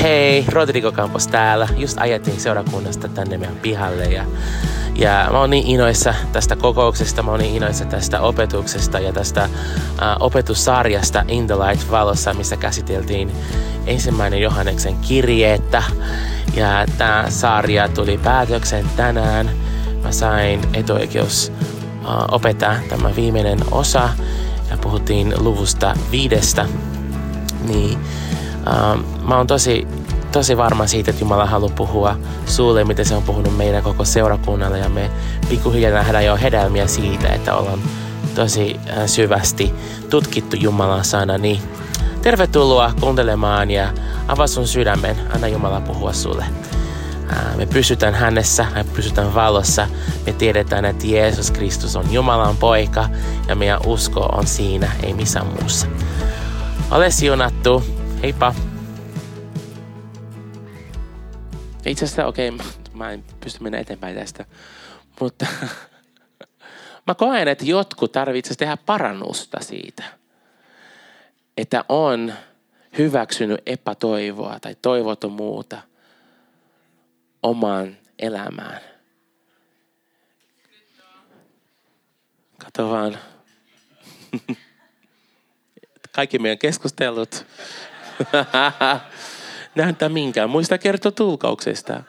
Hei, Rodrigo Campos täällä. Just ajettiin seurakunnasta tänne meidän pihalle ja mä oon niin innoissa tästä kokouksesta, mä oon niin innoissa tästä opetuksesta ja tästä opetussarjasta In the Light valossa, missä käsiteltiin 1. Johanneksen kirjettä. Ja tää sarja tuli päätöksen tänään. Mä sain etuoikeus opettaa tämä viimeinen osa ja puhuttiin luvusta 5. Niin, mä oon tosi varma siitä, että Jumala haluaa puhua sulle, miten se on puhunut meidän koko seurakunnalle. Ja me pikkuhiljaa nähdään jo hedelmiä siitä, että ollaan tosi syvästi tutkittu Jumalan sana. Niin tervetuloa kuuntelemaan ja avaa sun sydämen. Anna Jumala puhua sulle. Me pysytään hänessä, me pysytään valossa. Me tiedetään, että Jeesus Kristus on Jumalan poika ja meidän usko on siinä, ei missään muussa. Ole siunattu. Heippa. Itse asiassa mä en pysty mennä eteenpäin tästä, mutta mä koen, että jotkut tarvitsevat tehdä parannusta siitä, että on hyväksynyt epätoivoa tai toivottomuutta omaan elämään. Kato vaan. Kaikki meidän keskustelut. Näyttää minkään. Muista kertoa tulkauksesta.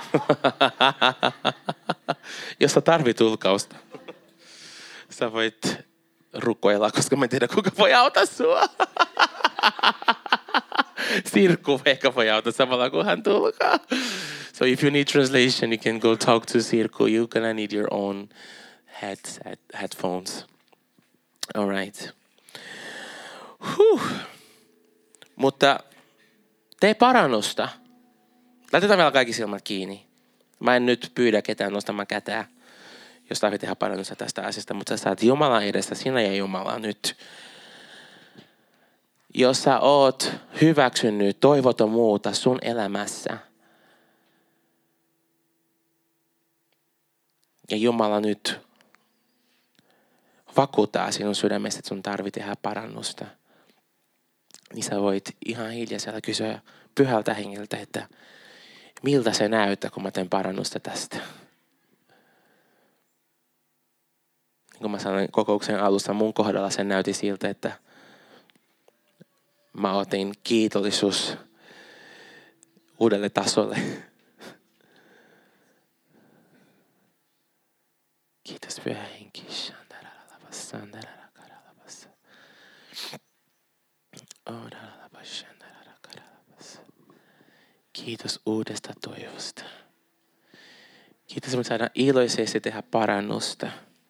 Jos sä tarvit tulkausta. Sä voit rukoilla, koska mä en tiedä, kuka voi auttaa sua. Sirkku ehkä voi auttaa samalla, kun hän tulkaa. So if you need translation, you can go talk to Sirkku. You're gonna need your own headphones. All right. Mutta tee parannusta. Laitetaan vielä kaikki silmät kiinni. Mä en nyt pyydä ketään nostamaan kätää, jos tarvitsee tehdä parannusta tästä asiasta, mutta sä saat Jumalan edestä, sinä ja Jumala nyt. Jos sä oot hyväksynyt toivottomuutta sun elämässä, ja Jumala nyt vakuuttaa sinun sydämestä, että sun tarvitsee tehdä parannusta, niin sä voit ihan hiljaisella kysyä Pyhältä Hengeltä, että miltä se näyttää, kun mä teen parannusta tästä. Niin kuin mä sanoin kokouksen alussa, mun kohdalla se näytti siltä, että mä otin kiitollisuus uudelle tasolle. Kiitos Pyhä Henki. Kiitos uudesta toivosta. Kiitos, että me saadaan iloisesti tehdä parannusta.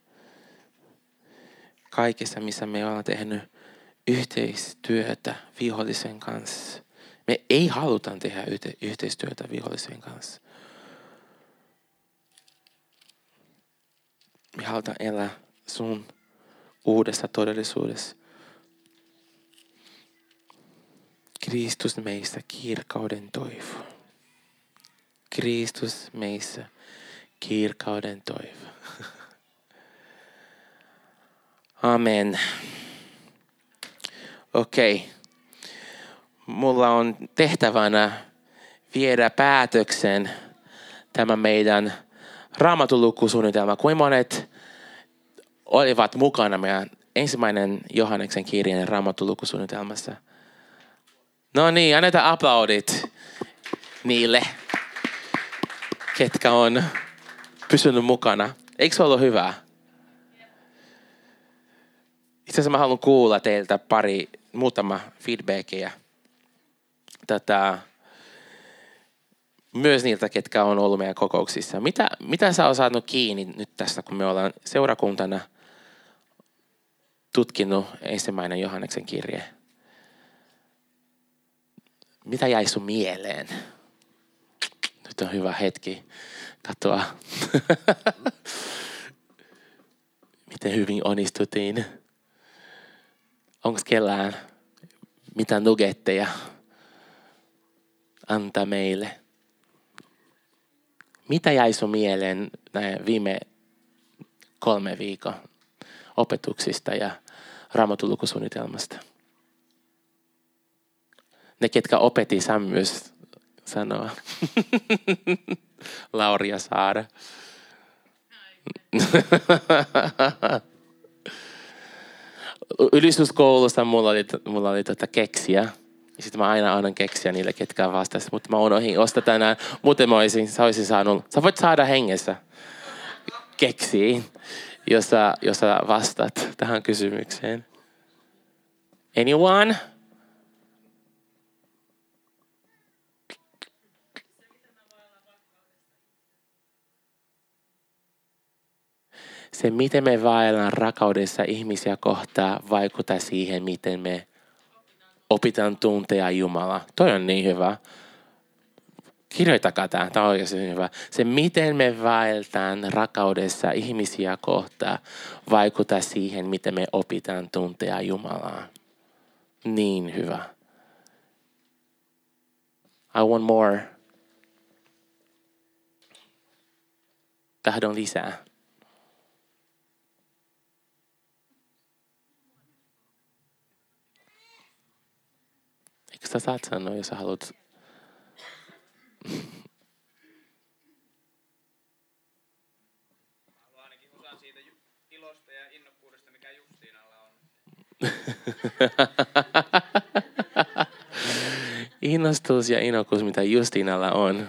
Kaikessa, missä me ollaan tehnyt yhteistyötä vihollisen kanssa. Me ei haluta tehdä yhteistyötä vihollisen kanssa. Me halutaan elää sun uudessa todellisuudessa. Kristus meissä kirkauden toivo. Kristus meissä kirkauden toivo. Amen. Okei. Mulla on tehtävänä viedä päätöksen tämä meidän Raamatun lukusuunnitelma. Kuinka monet olivat mukana meidän 1. Johanneksen kirjeen Raamatun lukusuunnitelmassa? No niin, annetaan aplodit niille, ketkä on pysynyt mukana. Eikö se ollut hyvä? Itse asiassa mä haluan kuulla teiltä muutama feedbackia. Myös niiltä, ketkä on ollut meidän kokouksissa. Mitä sä oot saanut kiinni nyt tästä, kun me ollaan seurakuntana tutkinut 1. Johanneksen kirje? Mitä jäi sun mieleen? Nyt on hyvä hetki katsoa, miten hyvin onnistuttiin. Onko kellään mitään nugetteja antaa meille? Mitä jäi sun mieleen näin viime 3 viikon opetuksista ja Raamatun lukusuunnitelmasta? Ne, ketkä opetti, sä myös sanoa? Lauri ja Saara. Ylistyskoulussa mulla oli keksiä. Ja sitten mä aina annan keksiä niille, ketkä vastasivat. Mutta mä unohdin ostaa tänään. Muuten sä voit saada hengessä keksiä, jos sä vastaat tähän kysymykseen. Anyone? Se, miten me vaellaan rakkaudessa ihmisiä kohtaan, vaikuttaa siihen, miten me opitaan tuntea Jumalaa. Toi on niin hyvä. Kirjoitakaa tämä. Tämä on oikeasti hyvä. Se, miten me vaeltaan rakkaudessa ihmisiä kohtaan, vaikuttaa siihen, miten me opitaan tuntea Jumalaa. Niin hyvä. I want more. Tahdon lisää. Eikö sä saat sanoa, jos sä haluat? Haluan ainakin osan siitä ilosta ja innokkuudesta, mikä Justiinalla on. Innostus ja innokkuus, mitä Justiinalla on.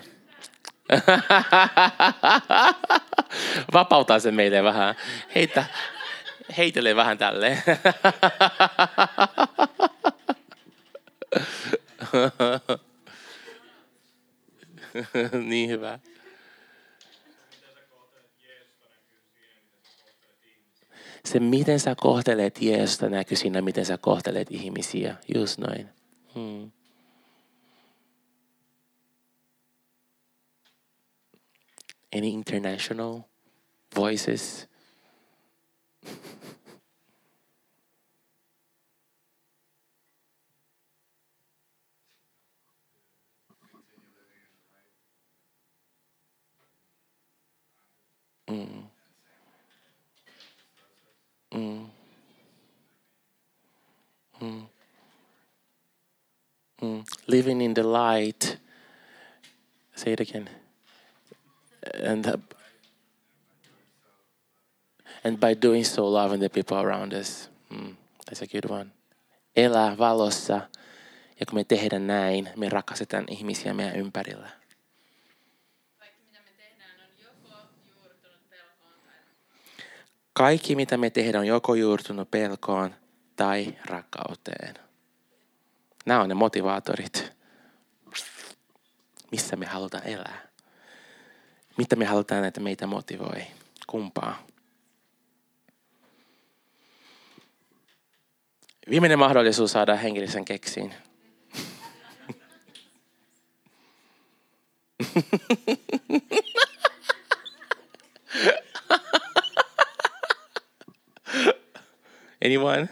Vapautaa se meille vähän. Heitele vähän tälleen. Niin hyvä. Se, miten sä kohtelet Jeesusta, näkyy siinä, miten sä kohtelet ihmisiä. Just noin. Any international voices? Living in the light. Say it again. And by doing so, loving the people around us. That's a good one. Elää valossa. Ja kun me tehdään näin, me rakastetaan ihmisiä meidän ympärillä. Kaikki, mitä me tehdään, on joko juurtunut pelkoon tai rakkauteen. Nämä on ne motivaatorit. Missä me halutaan elää? Mitä me halutaan, että meitä motivoi? Kumpaa? Viimeinen mahdollisuus saada hengellisen keksiin. Anyone?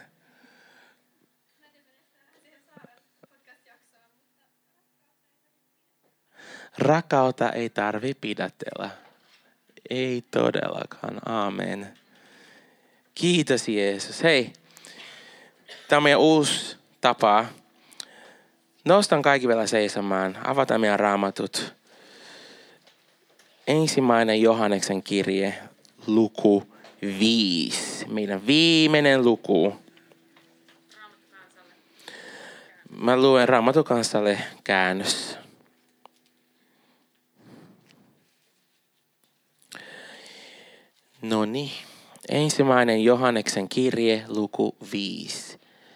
Rakkautta ei tarvi pidätellä. Ei todellakaan. Aamen. Kiitos Jeesus. Hei, tämä on meidän uusi tapa. Nostan kaikki vielä seisomaan. Avataan meidän raamatut. Ensimmäinen Johanneksen kirje, luku 5. Meidän viimeinen luku. Mä luen Raamatukansalle käännös. Noniin. Ensimmäinen Johanneksen kirje, luku 5.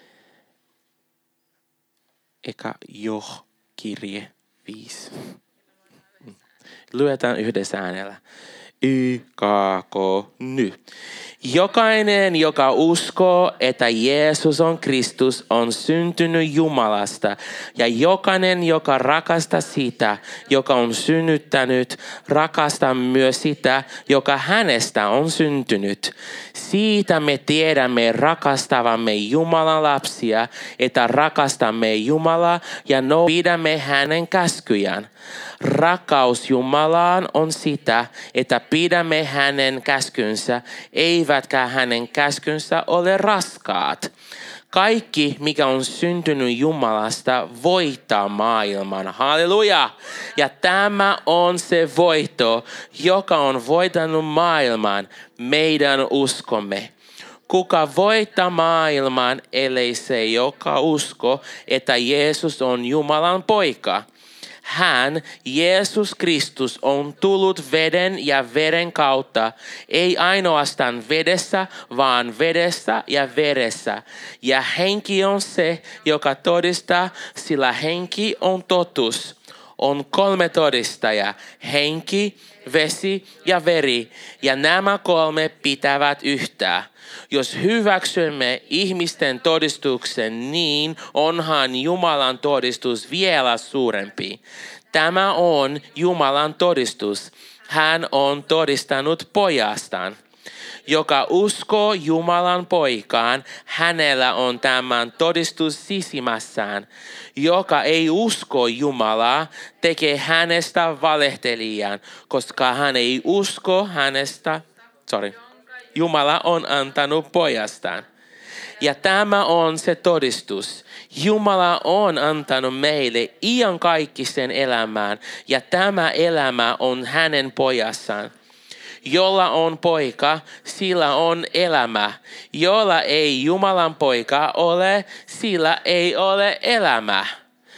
Eka kirje 5. Luetaan yhdessä äänellä. Y-K-K-Ny. Jokainen, joka uskoo, että Jeesus on Kristus, on syntynyt Jumalasta. Ja jokainen, joka rakastaa sitä, joka on synnyttänyt, rakastaa myös sitä, joka hänestä on syntynyt. Siitä me tiedämme rakastavamme Jumalan lapsia, että rakastamme Jumalaa ja pidämme hänen käskyjään. Rakkaus Jumalaan on sitä, että pidämme hänen käskynsä, eivätkä hänen käskynsä ole raskaat. Kaikki, mikä on syntynyt Jumalasta, voittaa maailman. Halleluja! Ja tämä on se voitto, joka on voittanut maailman, meidän uskomme. Kuka voittaa maailman, ellei se, joka usko, että Jeesus on Jumalan poika. Hän, Jeesus Kristus, on tullut veden ja veren kautta, ei ainoastaan vedessä, vaan vedessä ja veressä. Ja henki on se, joka todistaa, sillä henki on totuus. On 3 todistajaa, henki, vesi ja veri, ja nämä 3 pitävät yhtään. Jos hyväksymme ihmisten todistuksen, niin onhan Jumalan todistus vielä suurempi. Tämä on Jumalan todistus. Hän on todistanut pojastaan. Joka uskoo Jumalan poikaan, hänellä on tämän todistus sisimmässään. Joka ei usko Jumalaa, tekee hänestä valehtelijan, koska hän ei usko hänestä. Jumala on antanut pojastaan. Ja tämä on se todistus. Jumala on antanut meille iankaikkisen elämään, ja tämä elämä on hänen pojassaan. Jolla on poika, sillä on elämä. Jolla ei Jumalan poika ole, sillä ei ole elämää.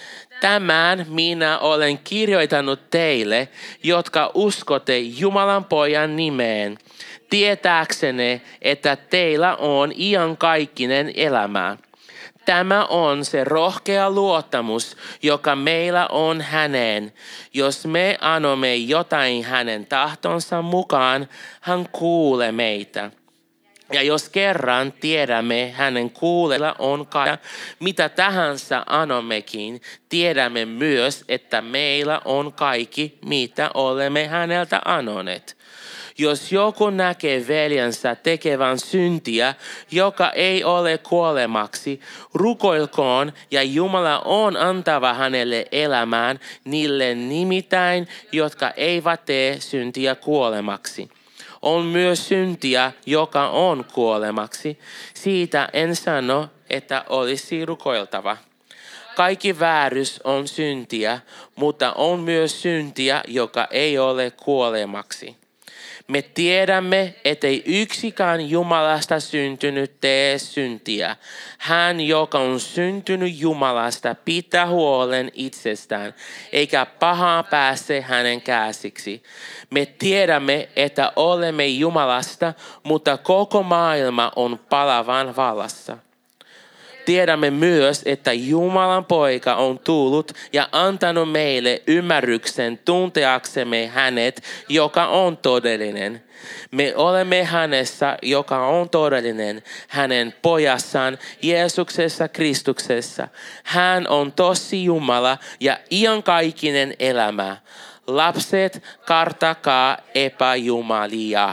Tämän minä olen kirjoittanut teille, jotka uskotte Jumalan pojan nimeen, tietääksenne, että teillä on iankaikkinen elämä. Tämä on se rohkea luottamus, joka meillä on häneen. Jos me anomme jotain hänen tahtonsa mukaan, hän kuulee meitä. Ja jos kerran tiedämme hänen kuulella on mitä tahansa anommekin, tiedämme myös, että meillä on kaikki, mitä olemme häneltä anoneet. Jos joku näkee veljensä tekevän syntiä, joka ei ole kuolemaksi, rukoilkoon ja Jumala on antava hänelle elämään niille nimittäin, jotka eivät tee syntiä kuolemaksi. On myös syntiä, joka on kuolemaksi. Siitä en sano, että olisi rukoiltava. Kaikki vääryys on syntiä, mutta on myös syntiä, joka ei ole kuolemaksi. Me tiedämme, ettei yksikään Jumalasta syntynyt tee syntiä. Hän, joka on syntynyt Jumalasta, pitää huolen itsestään, eikä pahaa pääse hänen käsiksi. Me tiedämme, että olemme Jumalasta, mutta koko maailma on palavan vallassa. Tiedämme myös, että Jumalan poika on tullut ja antanut meille ymmärryksen tunteaksemme hänet, joka on todellinen. Me olemme hänessä, joka on todellinen, hänen pojassaan, Jeesuksessa Kristuksessa. Hän on tosi Jumala ja iankaikkinen elämä. Lapset, kartakaa epäjumalia.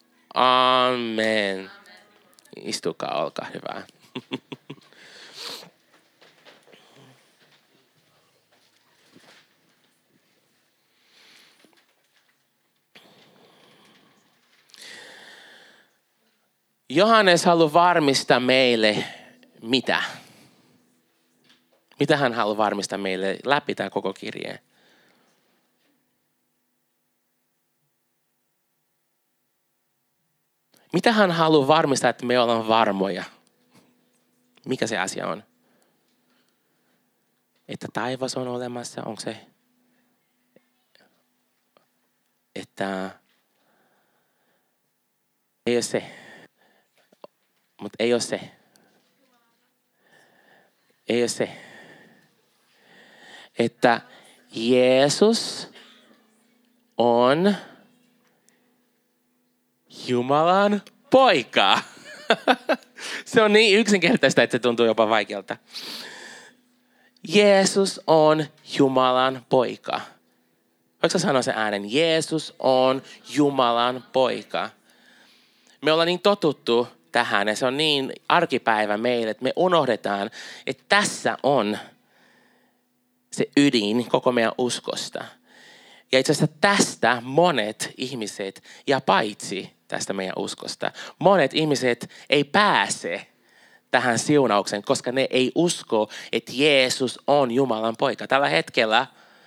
Amen. Istukaa, olkaa hyvä. Johannes haluaa varmistaa meille mitä? Mitä hän haluaa varmistaa meille läpi tämän koko kirjeen? Mitä hän haluaa varmistaa, että me ollaan varmoja? Mikä se asia on? Että taivas on olemassa, onko se? Että ei ole se. Mutta ei ole se. Ei ole se. Että Jeesus on Jumalan poika. Se on niin yksinkertaista, että se tuntuu jopa vaikealta. Jeesus on Jumalan poika. Voitko sanoa sen äänen? Jeesus on Jumalan poika. Me ollaan niin totuttu tähän ja se on niin arkipäivä meille, että me unohdetaan, että tässä on se ydin koko meidän uskosta. Ja itse asiassa tästä monet ihmiset, ja paitsi tästä meidän uskosta, monet ihmiset ei pääse tähän siunaukseen, koska ne ei usko, että Jeesus on Jumalan poika. Tällä hetkellä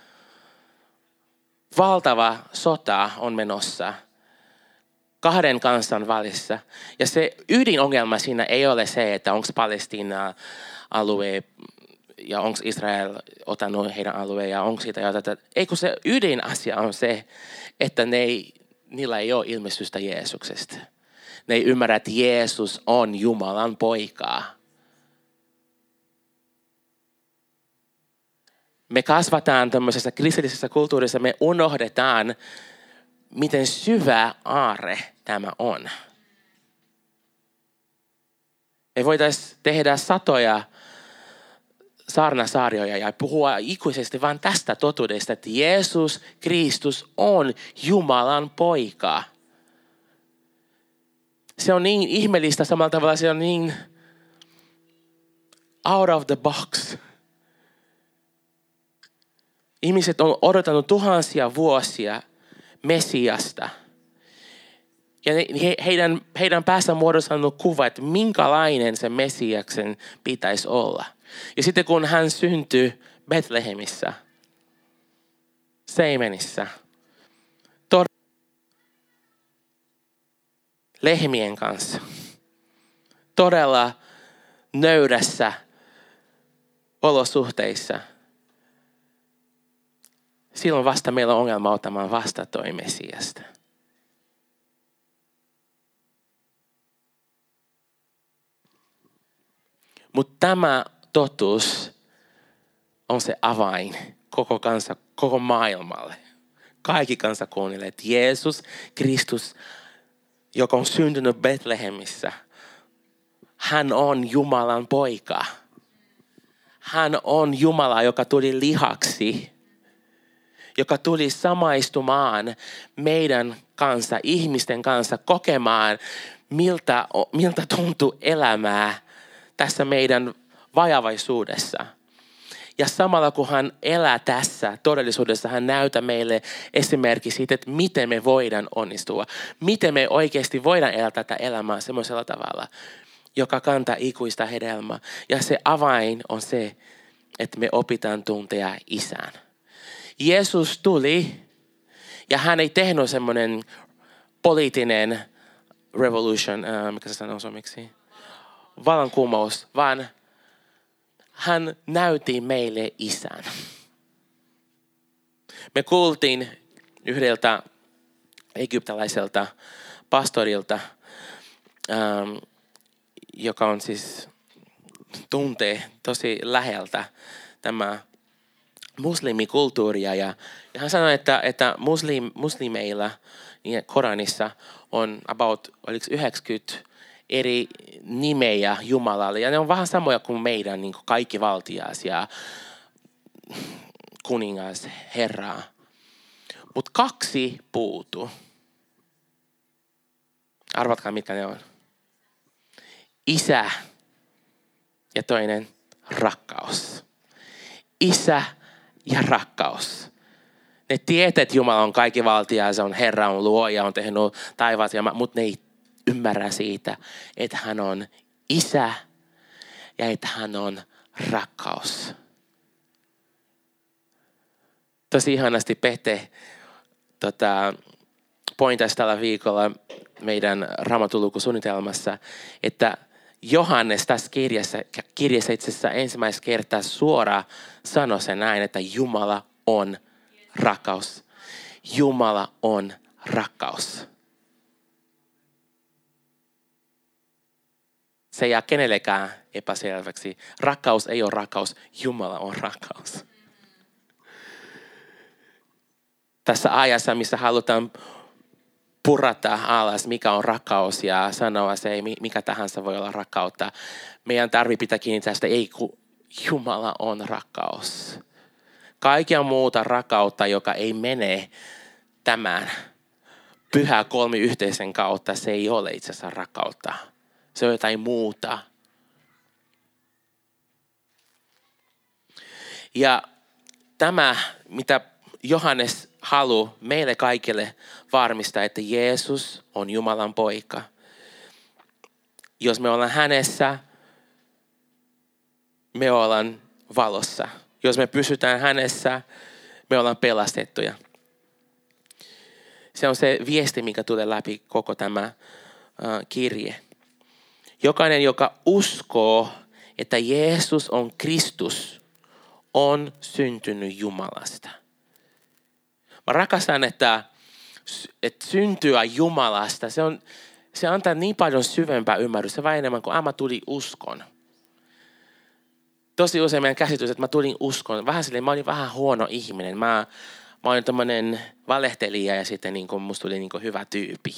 valtava sota on menossa kahden kansan välissä. Ja se ydinongelma siinä ei ole se, että onko Palestiina alue ja onko Israel ottanut heidän alueen ja onko siitä jotain. Ei kun se ydinasia on se, että niillä ei ole ilmestystä Jeesuksesta. Ne ei ymmärrä, että Jeesus on Jumalan poika. Me kasvataan tämmöisessä kristillisessä kulttuurissa, me unohdetaan, miten syvä aarre tämä on. Me voitaisiin tehdä satoja saarnasarjoja ja puhua ikuisesti vain tästä totuudesta, että Jeesus Kristus on Jumalan poika. Se on niin ihmeellistä, samalla tavalla se on niin out of the box. Ihmiset on odottanut tuhansia vuosia Messiasta. Ja heidän päässä muodostunut kuva, että minkälainen se Messiaksen pitäisi olla. Ja sitten kun hän syntyi Betlehemissä, Seimenissä, lehmien kanssa, todella nöydässä olosuhteissa, silloin vasta meillä on ongelma ottamaan vasta toi Messiasta. Mutta tämä totuus on se avain koko maailmalle. Kaikki kansakunnille, että Jeesus Kristus, joka on syntynyt Betlehemissä, hän on Jumalan poika. Hän on Jumala, joka tuli lihaksi, joka tuli samaistumaan meidän kanssa, ihmisten kanssa, kokemaan, miltä tuntuu elämää tässä meidän vajavaisuudessa. Ja samalla kun hän elää tässä todellisuudessa, hän näyttää meille esimerkki siitä, että miten me voidaan onnistua. Miten me oikeasti voidaan elää tätä elämää semmoisella tavalla, joka kantaa ikuista hedelmää. Ja se avain on se, että me opitaan tuntea Isän. Jeesus tuli ja hän ei tehnyt semmoinen poliittinen revolution, mikä se sanoo suomeksi? Vallankumous, vaan hän näytti meille Isän. Me kuultiin yhdeltä egyptalaiselta pastorilta, joka on siis tuntee tosi läheltä tämä muslimikulttuuria. Ja hän sanoi, että muslimeilla niin Koranissa on about 90 eri nimeä Jumalalle. Ja ne on vähän samoja kuin meidän, niin kuin kaikki valtias ja kuningas, Herra. Mutta 2 puuttuu. Arvatkaa, mitkä ne on. Isä ja toinen rakkaus. Isä ja rakkaus. Ne tietää, että Jumala on kaikki valtias, on Herra, on luoja, on tehnyt taivaat, mutta ne ei ymmärrä siitä, että hän on Isä ja että hän on rakkaus. Tosi ihanasti Pete pointasi tällä viikolla meidän Raamatun-lukusuunnitelmassa, että Johannes tässä kirjassa itse asiassa ensimmäistä kertaa suoraan sanoi sen näin, että Jumala on rakkaus. Jumala on rakkaus. Se ei jää kenellekään epäselväksi. Rakkaus ei ole rakkaus, Jumala on rakkaus. Tässä ajassa, missä halutaan purata alas, mikä on rakkaus ja sanoa se, mikä tahansa voi olla rakkautta. Meidän tarvitsee pitää kiinni tästä, ei kun Jumala on rakkaus. Kaikkia muuta rakkautta, joka ei mene tämän pyhä kolmiyhteisen kautta, se ei ole itse asiassa rakkautta. Se on jotain muuta. Ja tämä, mitä Johannes haluaa meille kaikille varmistaa, että Jeesus on Jumalan poika. Jos me ollaan hänessä, me ollaan valossa. Jos me pysytään hänessä, me ollaan pelastettuja. Se on se viesti, mikä tulee läpi koko tämä kirje. Jokainen, joka uskoo, että Jeesus on Kristus, on syntynyt Jumalasta. Mä rakastan, että syntyä Jumalasta, se antaa niin paljon syvempää ymmärrystä. Se vaan enemmän kuin mä tulin uskon. Tosi usein meidän käsitys, että mä tulin uskon. Vähän silleen, mä olin vähän huono ihminen. Mä olin tommonen valehtelija ja sitten niin musta tuli niin hyvä tyyppi.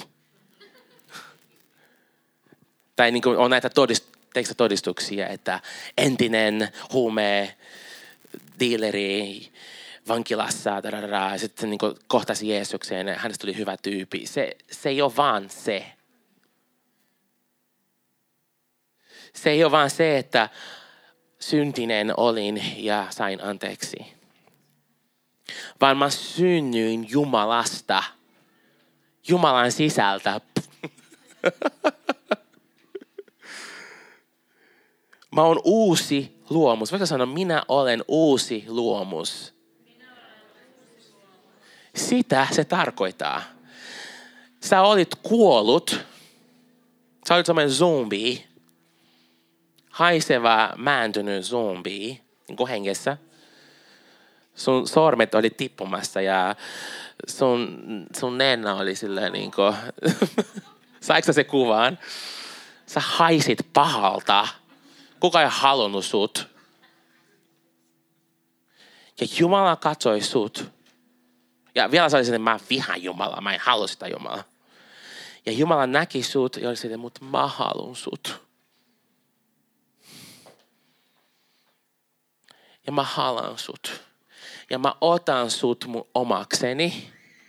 Tai niin on näitä todistuksia, että entinen dealeri vankilassa, ja sitten niin kohtasi Jeesuksen ja hänestä tuli hyvä tyyppi. Se ei ole vaan se. Se ei ole vaan se, että syntinen olin ja sain anteeksi. Vaan mä synnyin Jumalasta. Jumalan sisältä. Mä oon uusi luomus. Voitko sanoa, minä olen uusi luomus. Sitä se tarkoittaa. Sä olit kuollut. Sä olit semmoinen zombi. Haiseva, määntynyt zombi. Niin kuin hengessä. Sun sormet oli tippumassa ja sun nenä oli silleen niin kuin. Saiko se kuvaan? Sä haisit pahalta. Kuka ei halunnut sut? Ja Jumala katsoi sut. Ja vielä se oli silleen, mä vihaan Jumalaa, mä en halua sitä Jumalaa. Ja Jumala näki sut ja oli silleen, mutta mä haluan sut. Ja mä haluan sut. Ja mä otan sut mun omakseni.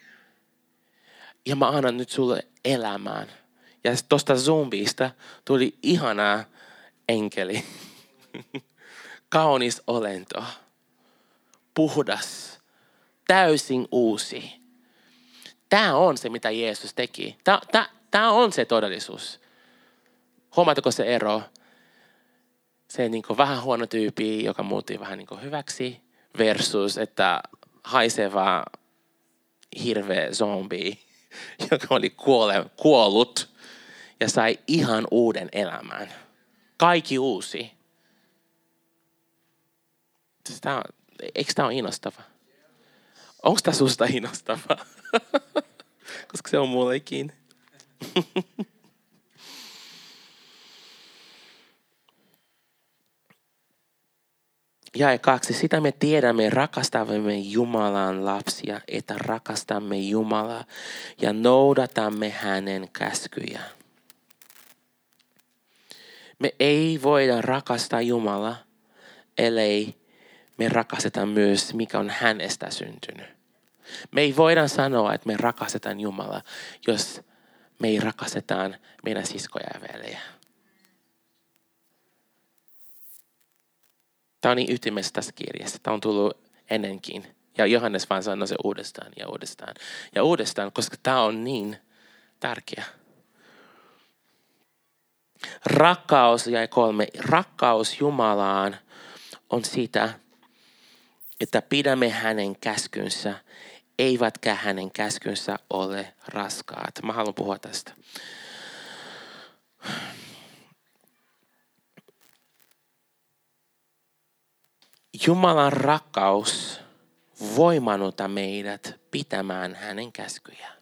Ja mä annan nyt sulle elämään. Ja tosta zombista tuli ihana enkeli. Kaunis olento. Puhdas. Täysin uusi. Tämä on se, mitä Jeesus teki. Tämä on se todellisuus. Huomaatteko se ero? Se niin kuin vähän huono tyyppi, joka muutti vähän niin kuin hyväksi, versus että haiseva hirveä zombi, joka oli kuollut ja sai ihan uuden elämän. Kaikki uusi. Eikö tämä ole innostava? Onko tämä susta innostava? Koska se on mullekin. Jae 2. Sitä me tiedämme, rakastamme Jumalan lapsia, että rakastamme Jumalaa ja noudatamme hänen käskyjään. Me ei voida rakastaa Jumalaa, ellei me rakasteta myös, mikä on hänestä syntynyt. Me ei voida sanoa, että me rakastetaan Jumalaa, jos me ei rakastetaan meidän siskoja ja veljejä. Tämä on niin ytimessä tässä kirjassa. Tämä on tullut ennenkin. Ja Johannes vaan sanoi se uudestaan ja uudestaan ja uudestaan, koska tämä on niin tärkeä. Rakkaus, jae 3. Rakkaus Jumalaan on sitä, että pidämme hänen käskynsä, eivätkä hänen käskynsä ole raskaat. Mä haluan puhua tästä. Jumalan rakkaus voimannuttaa meidät pitämään hänen käskyjään.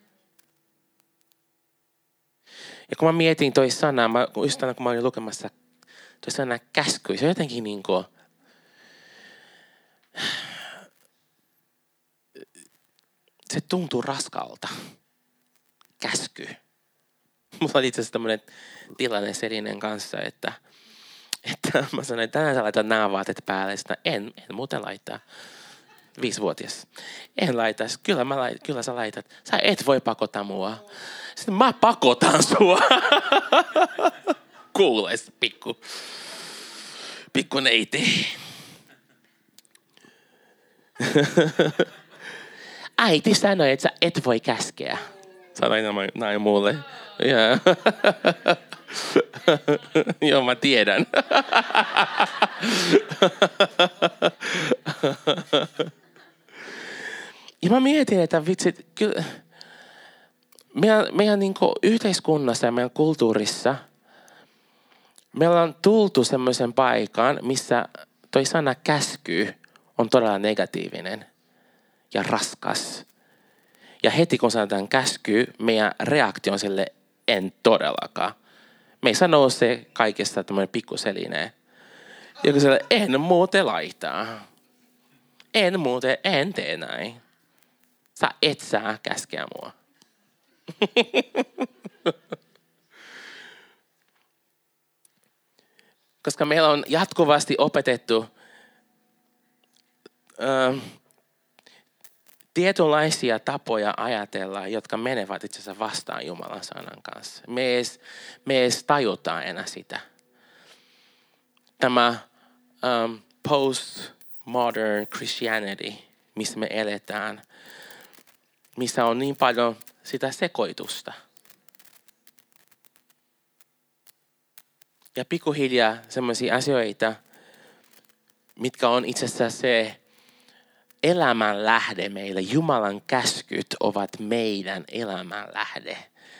Ja kun mä mietin toi sana, kun mä olin lukemassa toi sana käsky, se on jotenkin niin kuin, se tuntuu raskalta. Käsky. Mulla oli itse asiassa tämmöinen tilanne Selinen kanssa, että mä sanoin, että tänään sä laitat nämä vaatteet päälle. Sitten en muuten laittaa. 5-vuotias. En laita. Kyllä sä laitat. Sä et voi pakottaa mua. Sitten mä pakotan sua. Kuules, pikku neiti. Äiti sanoi, että sä et voi käskeä. Sanoin näin mulle. Yeah. Joo, mä tiedän. Ja mä mietin, että vitsit, kyllä meidän niin kuin yhteiskunnassa ja meidän kulttuurissa me ollaan tultu semmoisen paikan, missä toi sana käsky on todella negatiivinen ja raskas. Ja heti kun sanotaan käsky, meidän reaktio on sille en todellakaan. Meissä nousee kaikesta tämmöinen pikkuselineen. Joku sille en muuten laitaa. En tee näin. Sä et saa käskeä mua. Koska meillä on jatkuvasti opetettu tietynlaisia tapoja ajatella, jotka menevät itse asiassa vastaan Jumalan sanan kanssa. Me edes tajutaan enää sitä. Tämä postmodern Christianity, missä me eletään, missä on niin paljon sitä sekoitusta. Ja pikkuhiljaa sellaisia asioita, mitkä on itse asiassa se elämän lähde meille. Jumalan käskyt ovat meidän elämän lähde.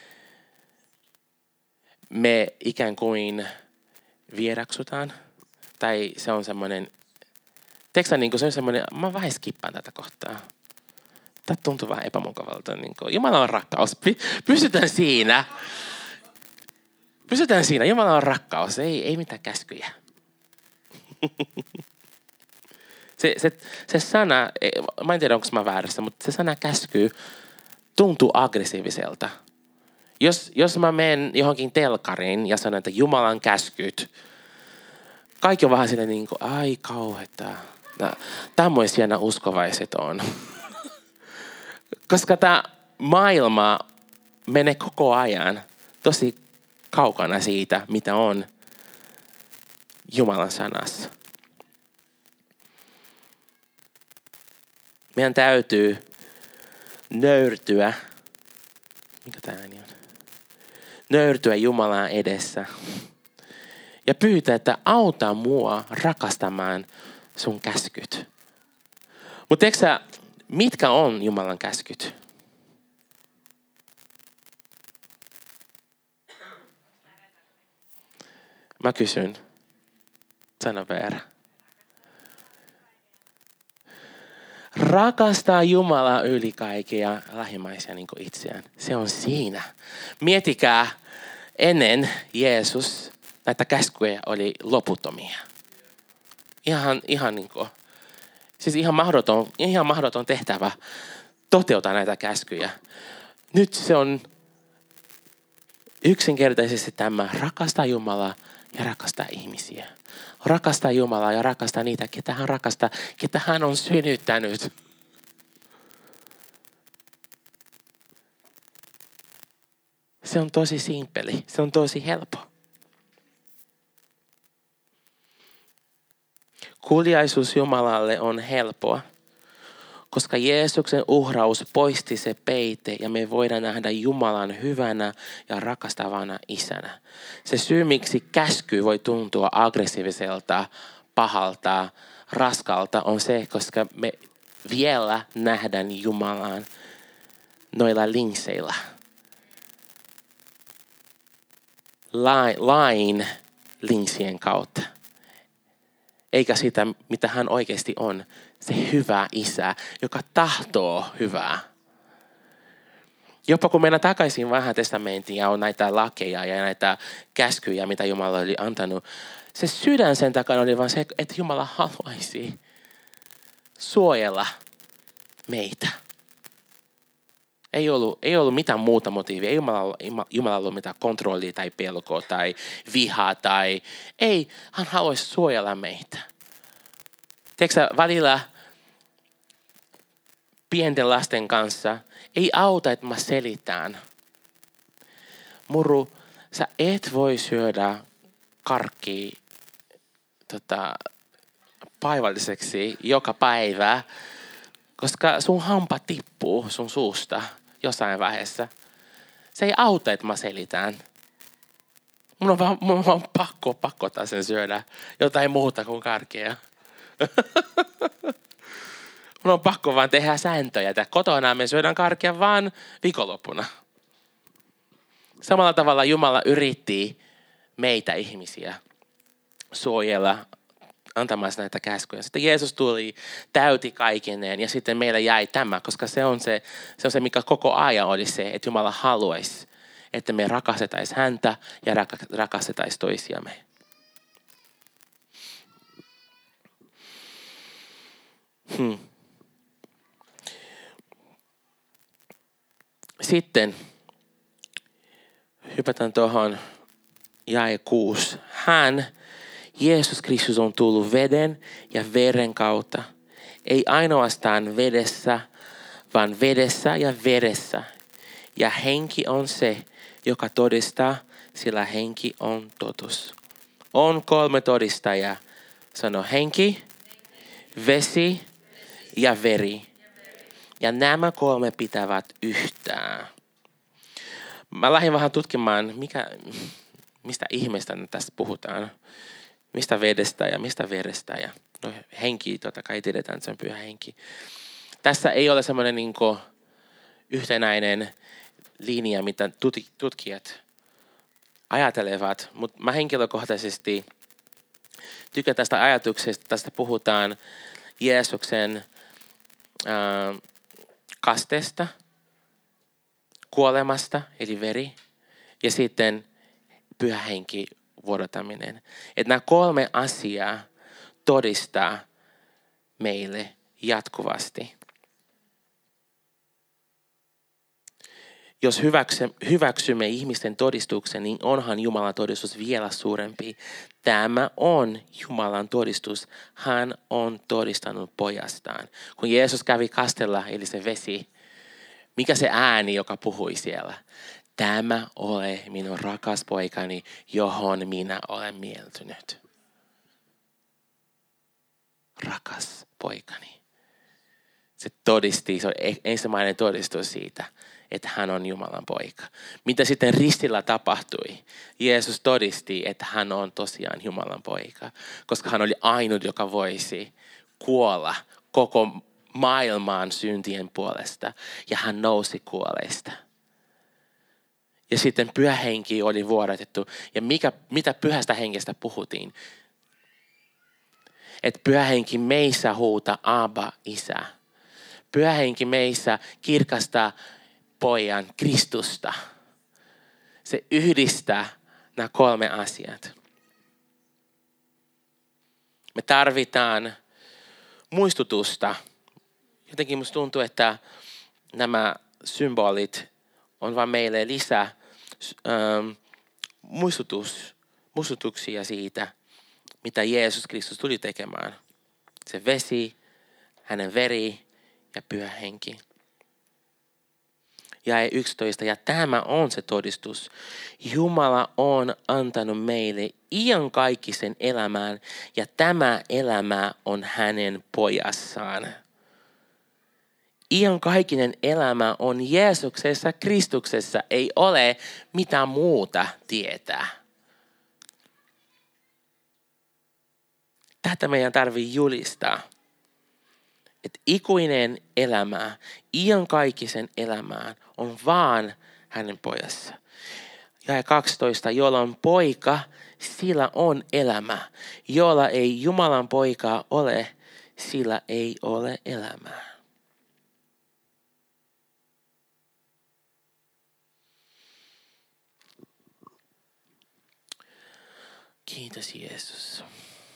Me ikään kuin vieraksutaan. Tai se on semmoinen, teksä niin kuin se on semmoinen, mä vähän skippaan tätä kohtaa. Tämä tuntuu vähän epämukavalta. Niin kuin, Jumala on rakkaus. Pysytään siinä. Pysytään siinä. Jumala on rakkaus. Ei mitään käskyjä. Se sana, mä en tiedä onko mä väärässä, mutta se sana käsky tuntuu aggressiiviselta. Jos mä menen johonkin telkariin ja sanon, että Jumalan käskyt, kaikki on vähän silleen niin kuin, ai kauheeta. Tämmöisiä uskovaiset on. Koska tämä maailma menee koko ajan tosi kaukana siitä, mitä on Jumalan sanassa. Meidän täytyy nöyrtyä. Mikä tämä ääni on? Nöyrtyä Jumalan edessä. Ja pyytää, että auta mua rakastamaan sun käskyt. Mutta tiedätkö sä, mitkä on Jumalan käskyt? Mä kysyn. Sano väärä. Rakastaa Jumalaa yli kaikkia lähimmäisiä niin kuin itseään. Se on siinä. Mietikää, ennen Jeesus näitä käskyjä oli loputtomia. Ihan niin kuin, siis ihan mahdoton tehtävä toteuttaa näitä käskyjä. Nyt se on yksinkertaisesti tämä rakastaa Jumalaa ja rakastaa ihmisiä. Rakastaa Jumalaa ja rakastaa niitä, ketä hän rakastaa, ketä hän on synnyttänyt. Se on tosi simppeli. Se on tosi helppo. Kuuliaisuus Jumalalle on helppoa, koska Jeesuksen uhraus poisti se peite ja me voidaan nähdä Jumalan hyvänä ja rakastavana isänä. Se syy, miksi käsky voi tuntua aggressiiviselta, pahalta, raskalta, on se, koska me vielä nähdään Jumalan noilla linkseillä. Lain linksien kautta. Eikä sitä, mitä hän oikeasti on. Se hyvä isä, joka tahtoo hyvää. Jopa kun mennään takaisin vanhaan testamentiin ja on näitä lakeja ja näitä käskyjä, mitä Jumala oli antanut. Se sydän sen takana oli vaan se, että Jumala haluaisi suojella meitä. Ei ollut mitään muuta motiivia. Ei Jumala ollut mitään kontrollia tai pelkoa tai vihaa tai ei. Hän haluaisi suojella meitä. Tiedätkö välillä pienten lasten kanssa ei auta, että mä selitän. Muru, sä et voi syödä karkkia päivälliseksi joka päivä, koska sun hampa tippuu sun suusta jossain vaiheessa. Se ei auta, että mä selitän. Mun on pakko sen syödä jotain muuta kuin karkea. Mun on pakko vaan tehdä sääntöjä, että kotona me syödään karkea vaan viikonloppuna. Samalla tavalla Jumala yritti meitä ihmisiä suojella antamassa näitä käskyjä. Sitten Jeesus tuli, täytti kaikeneen ja sitten meillä jäi tämä, koska se on se mikä koko ajan oli se, että Jumala haluaisi, että me rakastettaisiin häntä ja rakastettaisiin toisiamme. Sitten hypätään tuohon jae 6. Hän, Jeesus Kristus, on tullut veden ja veren kautta. Ei ainoastaan vedessä, vaan vedessä ja veressä. Ja henki on se, joka todistaa, sillä henki on totuus. On 3 todistajaa. Sano henki, vesi ja veri. Ja nämä 3 pitävät yhtään. Mä lähdin vähän tutkimaan, mistä ihmeestä tässä puhutaan. Mistä vedestä ja mistä verestä. Ja no, henki, totta kai tiedetään, että se on pyhä henki. Tässä ei ole semmoinen yhtenäinen linja, mitä tutkijat ajattelevat. Mutta mä henkilökohtaisesti tykkään tästä ajatuksesta. Tästä puhutaan Jeesuksen kasteesta, kuolemasta, eli veri, ja sitten pyhä henki vuodataminen. Että nämä 3 asiaa todistaa meille jatkuvasti. Jos hyväksymme ihmisten todistuksen, niin onhan Jumalan todistus vielä suurempi. Tämä on Jumalan todistus. Hän on todistanut pojastaan. Kun Jeesus kävi kastella, eli se vesi, mikä se ääni, joka puhui siellä? Tämä ole minun rakas poikani, johon minä olen mieltynyt. Rakas poikani. Se todisti, se on ensimmäinen todistus siitä, että hän on Jumalan poika. Mitä sitten ristillä tapahtui? Jeesus todisti, että hän on tosiaan Jumalan poika, koska hän oli ainut, joka voisi kuolla koko maailman syntien puolesta. Ja hän nousi kuolleista. Ja sitten pyhä henki oli vuodatettu. Ja mitä pyhästä hengestä puhuttiin? Että pyhä henki meissä huuta Abba, Isä. Pyhä henki meissä kirkastaa pojan Kristusta. Se yhdistää nämä 3 asiat. Me tarvitaan muistutusta. Jotenkin musta tuntuu, että nämä symbolit on vaan meille lisää muistutuksia siitä, mitä Jeesus Kristus tuli tekemään. Se vesi, hänen veri ja pyhä henki. Jae 11. Ja tämä on se todistus. Jumala on antanut meille iankaikkisen elämään ja tämä elämä on hänen pojassaan. Iankaikkinen elämä on Jeesuksessa, Kristuksessa. Ei ole mitään muuta tietää. Tätä meidän tarvitsee julistaa. Että ikuinen elämä, iankaikkisen elämään on vaan hänen pojassa. Jae 12, jolla on poika, sillä on elämä. Jolla ei Jumalan poikaa ole, sillä ei ole elämää. Kiitos Jeesus.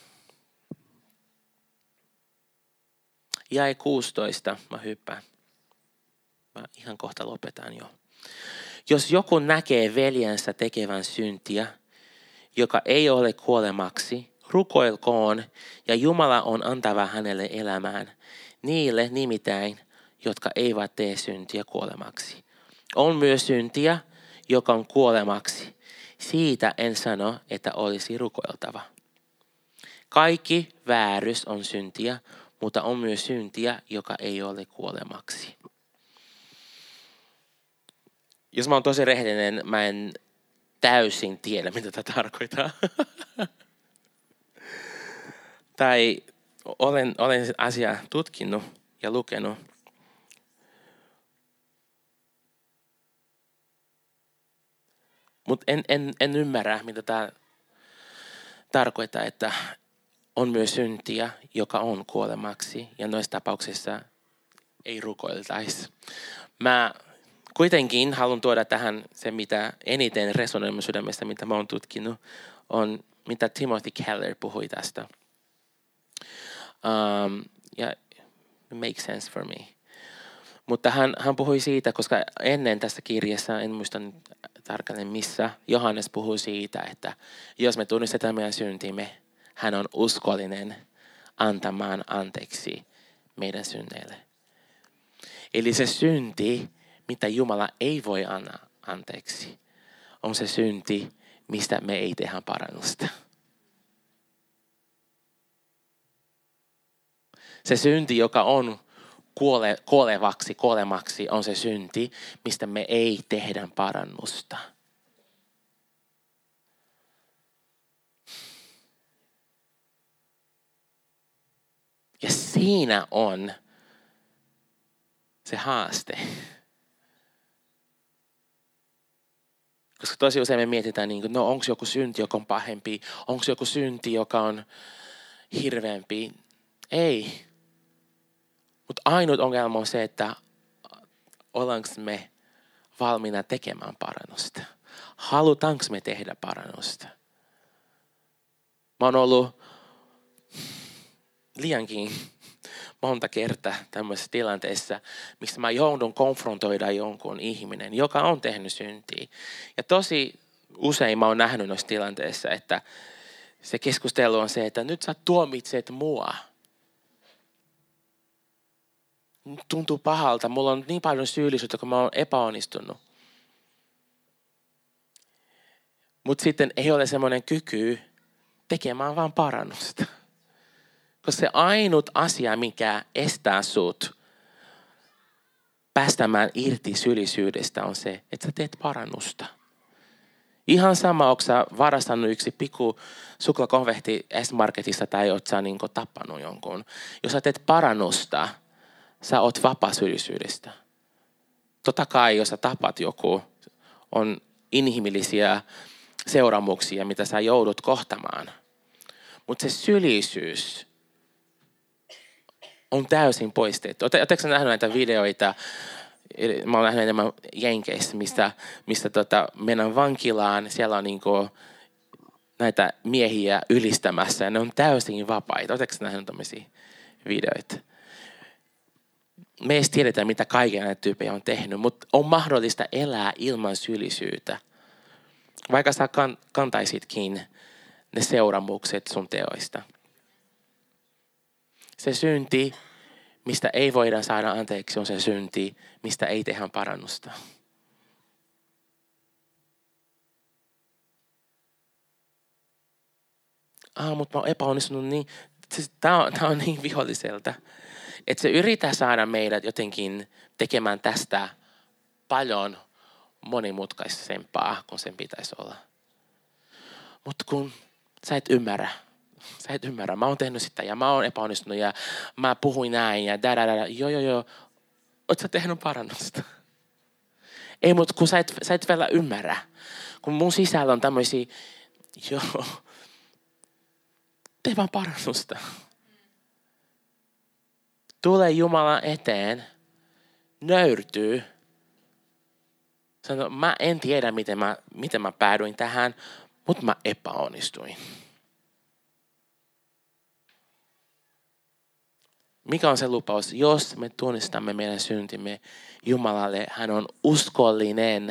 Jae 16, mä hyppään. Mä ihan kohta lopetan jo. Jos joku näkee veljensä tekevän syntiä, joka ei ole kuolemaksi, rukoilkoon ja Jumala on antava hänelle elämään. Niille nimittäin, jotka eivät tee syntiä kuolemaksi. On myös syntiä, joka on kuolemaksi. Siitä en sano, että olisi rukoiltava. Kaikki väärys on syntiä, mutta on myös syntiä, joka ei ole kuolemaksi. Jos mä oon tosi rehellinen, mä en täysin tiedä, mitä tämä tarkoittaa. Tai olen asiaa tutkinut ja lukenut. Mutta en ymmärrä, mitä tämä tarkoittaa, että on myös syntiä, joka on kuolemaksi. Ja noissa tapauksissa ei rukoiltaisi. Mä kuitenkin haluan tuoda tähän se, mitä eniten resonoi mun sydämessä, mitä mä oon tutkinut, on mitä Timothy Keller puhui tästä. Ja it makes sense for me. Mutta hän puhui siitä, koska ennen tässä kirjassa, en muista tarkalleen missä, Johannes puhui siitä, että jos me tunnistetaan meidän syntimme, hän on uskollinen antamaan anteeksi meidän synneille. Eli se synti, mitä Jumala ei voi antaa anteeksi, on se synti, mistä me ei tehdä parannusta. Se synti, joka on kuolemaksi, on se synti, mistä me ei tehdä parannusta. Ja siinä on se haaste. Koska tosi usein me mietitään, no onko joku synti, joka on pahempi, onko joku synti, joka on hirveämpi. Ei. Mutta ainut ongelma on se, että ollaanko me valmiina tekemään parannusta. Halutaanko me tehdä parannusta. Mä oon ollut liiankin monta kertaa tämmöisessä tilanteessa, missä mä joudun konfrontoida jonkun ihminen, joka on tehnyt syntiä. Ja tosi usein mä oon nähnyt noissa tilanteissa, että se keskustelu on se, että nyt sä tuomitset mua. Tuntuu pahalta, mulla on niin paljon syyllisyyttä, kun mä oon epäonnistunut. Mutta sitten ei ole semmoinen kyky tekemään vaan parannusta. Koska se ainut asia, mikä estää sut päästämään irti syyllisyydestä, on se, että sä teet parannusta. Ihan sama, onko sä varastanut yksi pikku suklaakonvehti S-Marketista tai oot sä tappanut jonkun. Jos sä teet parannusta, sä oot vapaa syyllisyydestä. Totta kai, jos sä tapat joku, on inhimillisiä seuraamuksia, mitä sä joudut kohtamaan. Mutta se syyllisyys on täysin poistettu. Oletteko sä nähnyt näitä videoita? Mä oon nähnyt enemmän Jenkeissä, mistä mennään vankilaan. Siellä on näitä miehiä ylistämässä ja ne on täysin vapaita. Oletteko sä nähnyt tämmöisiä videoita? Me ei tiedetä, mitä kaikkia näitä tyyppejä on tehnyt, mutta on mahdollista elää ilman syyllisyyttä. Vaikka sä kantaisitkin ne seuraamukset sun teoista. Se synti, mistä ei voida saada anteeksi, on se synti, mistä ei tehdä parannusta. Mutta mä oon epäonnistunut niin. Tää on niin viholliselta. Että se yrittää saada meidät jotenkin tekemään tästä paljon monimutkaisempaa kuin sen pitäisi olla. Mutta kun sä et ymmärrä. Mä oon tehnyt sitä ja mä oon epäonnistunut ja mä puhuin näin ja joo. Oot sä tehnyt parannusta? Ei, mutta kun sä et vielä ymmärrä. Kun mun sisällä on tämmöisiä, tee vaan parannusta. Tule Jumalan eteen, nöyrtyy. Sano, mä en tiedä, miten mä päädyin tähän, mutta mä epäonnistuin. Mikä on se lupaus? Jos me tunnistamme meidän syntimme Jumalalle, hän on uskollinen.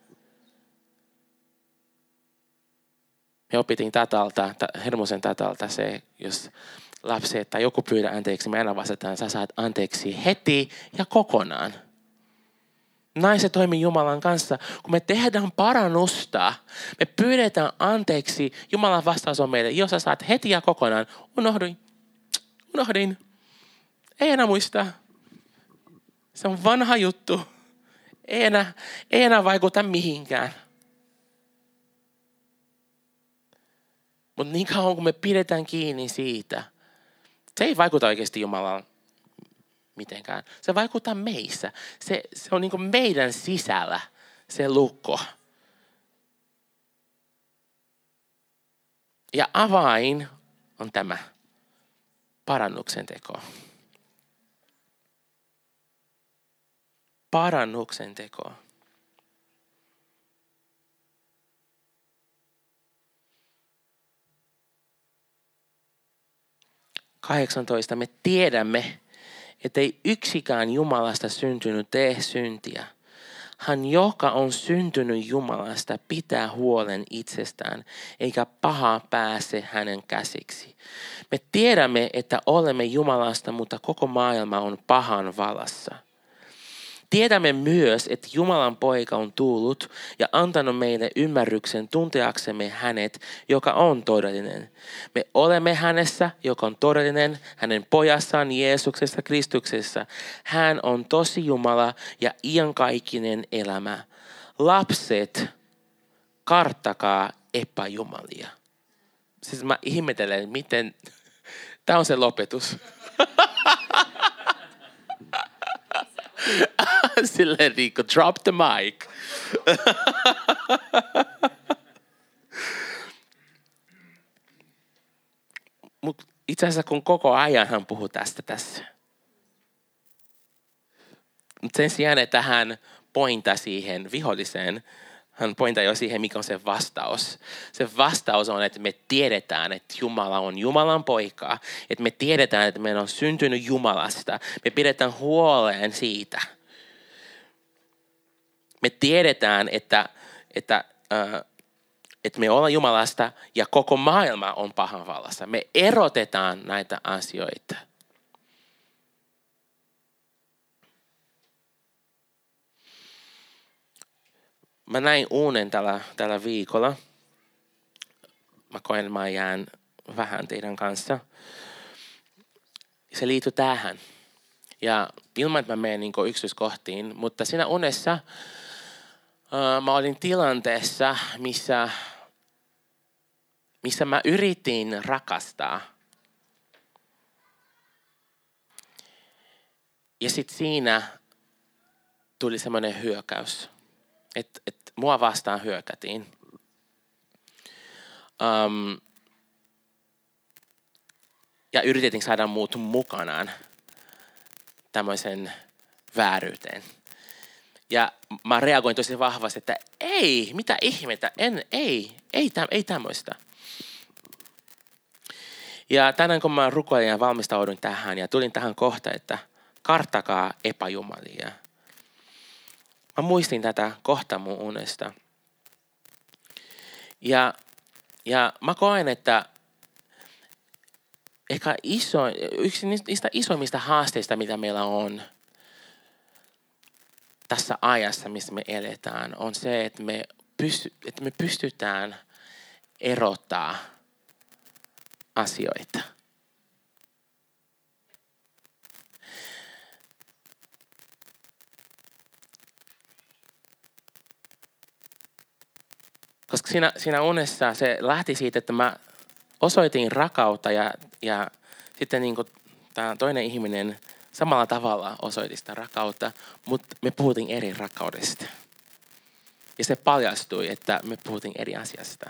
Me opitin Hermosen tatalta se, jos lapsi tai joku pyydä anteeksi, me aina vastataan, sä saat anteeksi heti ja kokonaan. Näin se toimii Jumalan kanssa. Kun me tehdään parannusta, me pyydetään anteeksi, Jumalan vastaus on meille, jos sä saat heti ja kokonaan, unohdin. Ei enää muista. Se on vanha juttu. Ei enää vaikuta mihinkään. Mutta niin kauan kun me pidetään kiinni siitä, se ei vaikuta oikeasti Jumalaan mitenkään. Se vaikuttaa meissä. Se on niin kuin meidän sisällä se lukko. Ja avain on tämä. Parannuksen teko. Parannuksen teko. Me tiedämme, ettei yksikään Jumalasta syntynyt tee syntiä. Hän, joka on syntynyt Jumalasta, pitää huolen itsestään, eikä paha pääse hänen käsiksi. Me tiedämme, että olemme Jumalasta, mutta koko maailma on pahan vallassa. Tiedämme myös, että Jumalan poika on tullut ja antanut meille ymmärryksen tunteaksemme hänet, joka on todellinen. Me olemme hänessä, joka on todellinen, hänen pojassaan Jeesuksessa Kristuksessa. Hän on tosi Jumala ja iankaikkinen elämä. Lapset, karttakaa epäjumalia. Siis mä ihmettelen, miten... Tämä on se lopetus. Silleen Riikko, drop the mic. Mut itse asiassa kun koko ajan hän puhuu tästä tässä. Mut sen sijaan, että hän pointaa siihen viholliseen, hän pointaa jo siihen, mikä on se vastaus. Se vastaus on, että me tiedetään, että Jumala on Jumalan poika. Että me tiedetään, että me on syntynyt Jumalasta. Me pidetään huoleen siitä. Me tiedetään, että me ollaan Jumalasta ja koko maailma on pahan vallassa. Me erotetaan näitä asioita. Mä näin unen tällä viikolla. Mä koen, että mä jään vähän teidän kanssa. Se liittyy tähän. Ja ilman, että mä menen niin yksityiskohtiin, mutta siinä unessa mä olin tilanteessa, missä mä yritin rakastaa. Ja sitten siinä tuli semmoinen hyökkäys. Että mua vastaan hyökätiin. Ja yritettiin saada muut mukanaan tämmöisen vääryyteen. Ja mä reagoin tosi vahvasti, että ei, mitä ihmettä, ei tämmöistä. Ja tänään kun mä rukoilin ja valmistauduin tähän ja tulin tähän kohtaan, että karttakaa epäjumalia. Mä muistin tätä kohtaa mun unesta. Ja mä koen, että ehkä yksi niistä isoimmista haasteista, mitä meillä on tässä ajassa, missä me eletään, on se, että me pystytään erottaa asioita. Koska siinä unessa se lähti siitä, että mä osoitin rakkautta ja sitten niin kuin tämä toinen ihminen samalla tavalla osoitti sitä rakkautta, mutta me puhuttiin eri rakkaudesta. Ja se paljastui, että me puhuttiin eri asiasta.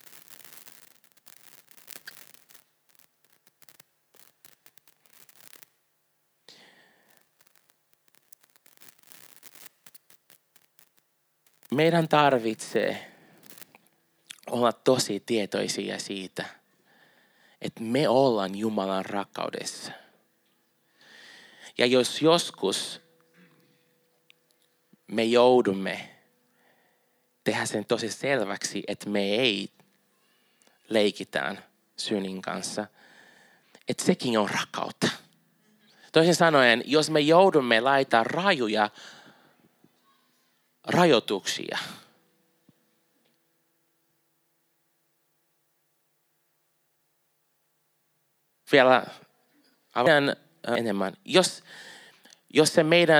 Meidän tarvitsee olla tosi tietoisia siitä, että me ollaan Jumalan rakkaudessa. Ja jos joskus me joudumme tehdä sen tosi selväksi, että me ei leikitään synnin kanssa, että sekin on rakkautta. Toisin sanoen, jos me joudumme laittaa rajuja rajoituksia, vielä enemmän. Jos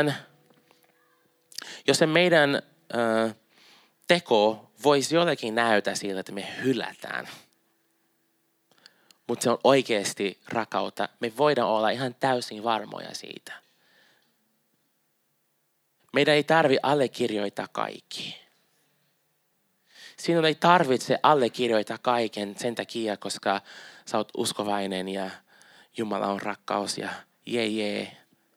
se meidän teko voisi jollekin näytä siltä, että me hylätään mutta se on oikeasti rakkautta. Me voidaan olla ihan täysin varmoja siitä. Meidän ei tarvitse allekirjoittaa kaikki. Sinun ei tarvitse allekirjoittaa kaiken sen takia, koska sä oot uskovainen ja Jumala on rakkaus ja jee.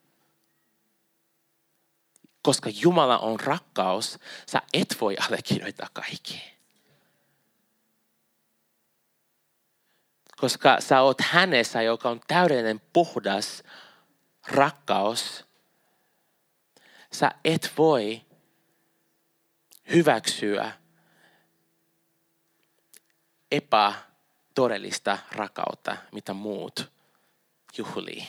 Koska Jumala on rakkaus, sä et voi allekirjoittaa kaikki. Koska sä oot hänessä, joka on täydellinen puhdas rakkaus, sä et voi hyväksyä epätodellista rakkautta, mitä muut juhlii.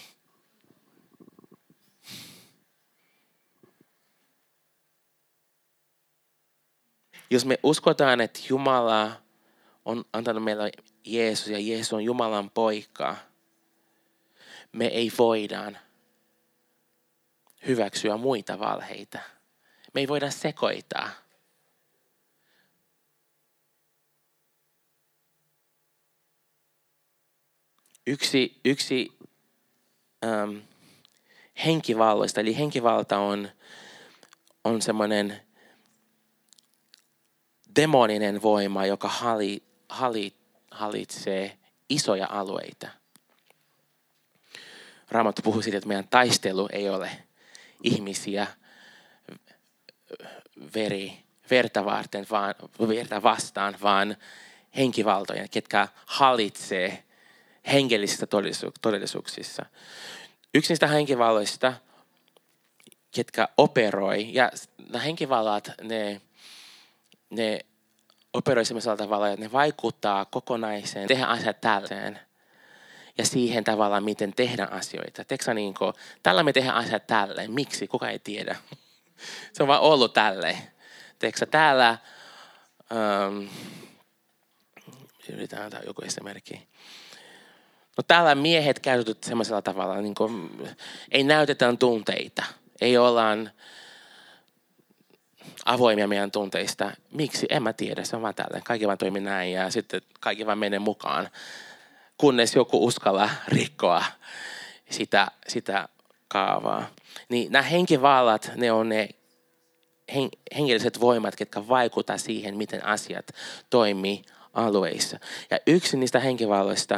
Jos me uskotaan, että Jumala on antanut meille Jeesus ja Jeesus on Jumalan poika, me ei voidaan hyväksyä muita valheita. Me ei voida sekoittaa. Yksi henkivalloista, eli henkivalta on semmoinen demoninen voima, joka hallitsee isoja alueita. Raamattu puhuu siitä, että meidän taistelu ei ole ihmisiä verta vastaan, vaan henkivaltoja, ketkä hallitsee hengellisissä todellisuuksissa. Yksi niistä henkivalloista, ketkä operoi, ja nämä henkivallat, ne operoi sellaisella tavalla, että ne vaikuttaa kokonaiseen, tehdä asiat tälleen. Ja siihen tavallaan, miten tehdään asioita. Teksä niin kuin, tällä me tehdään asiat tälleen. Miksi? Kuka ei tiedä. Se on vaan ollut tälleen. Teksä täällä, yritetään antaa joku esimerkki. No täällä miehet käytetään sellaisella tavalla, niin kuin, ei näytetä tunteita. Ei ollaan avoimia meidän tunteista. Miksi? En mä tiedä. Se on vaan tälleen. Kaikki vaan toimii näin ja sitten kaikki vaan menee mukaan. Kunnes joku uskalla rikkoa sitä kaavaa. Niin nämä henkivallat, ne on ne hengelliset voimat, jotka vaikuttavat siihen, miten asiat toimii alueissa. Ja yksi niistä henkivalloista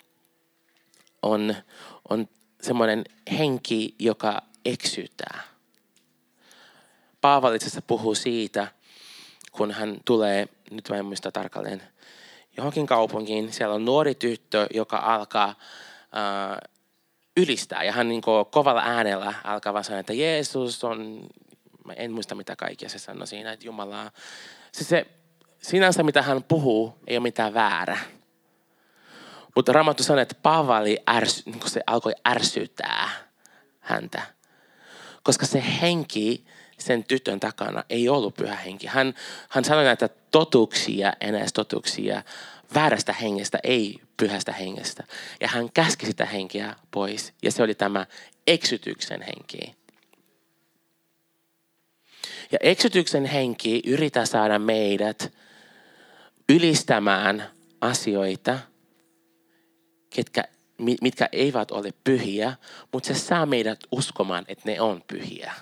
on semmoinen henki, joka eksytää. Paavali itse puhuu siitä, kun hän tulee, nyt mä en muista tarkalleen, johonkin kaupunkiin. Siellä on nuori tyttö, joka alkaa ylistää. Ja hän niin kovalla äänellä alkaa vaan sanoa, että Jeesus on, mä en muista mitä kaikkea se sanoi siinä, että Jumalaa. Se sinänsä mitä hän puhuu ei ole mitään väärä. Mutta Raamattu sanoo, että Paavali niin se alkoi ärsyttää häntä. Koska se henki sen tytön takana ei ollut pyhä henki. Hän sanoi näitä totuuksia, enää totuuksia väärästä hengestä, ei pyhästä hengestä. Ja hän käski sitä henkeä pois. Ja se oli tämä eksytyksen henki. Ja eksytyksen henki yrittää saada meidät ylistämään asioita, mitkä eivät ole pyhiä, mutta se saa meidät uskomaan, että ne on pyhiä.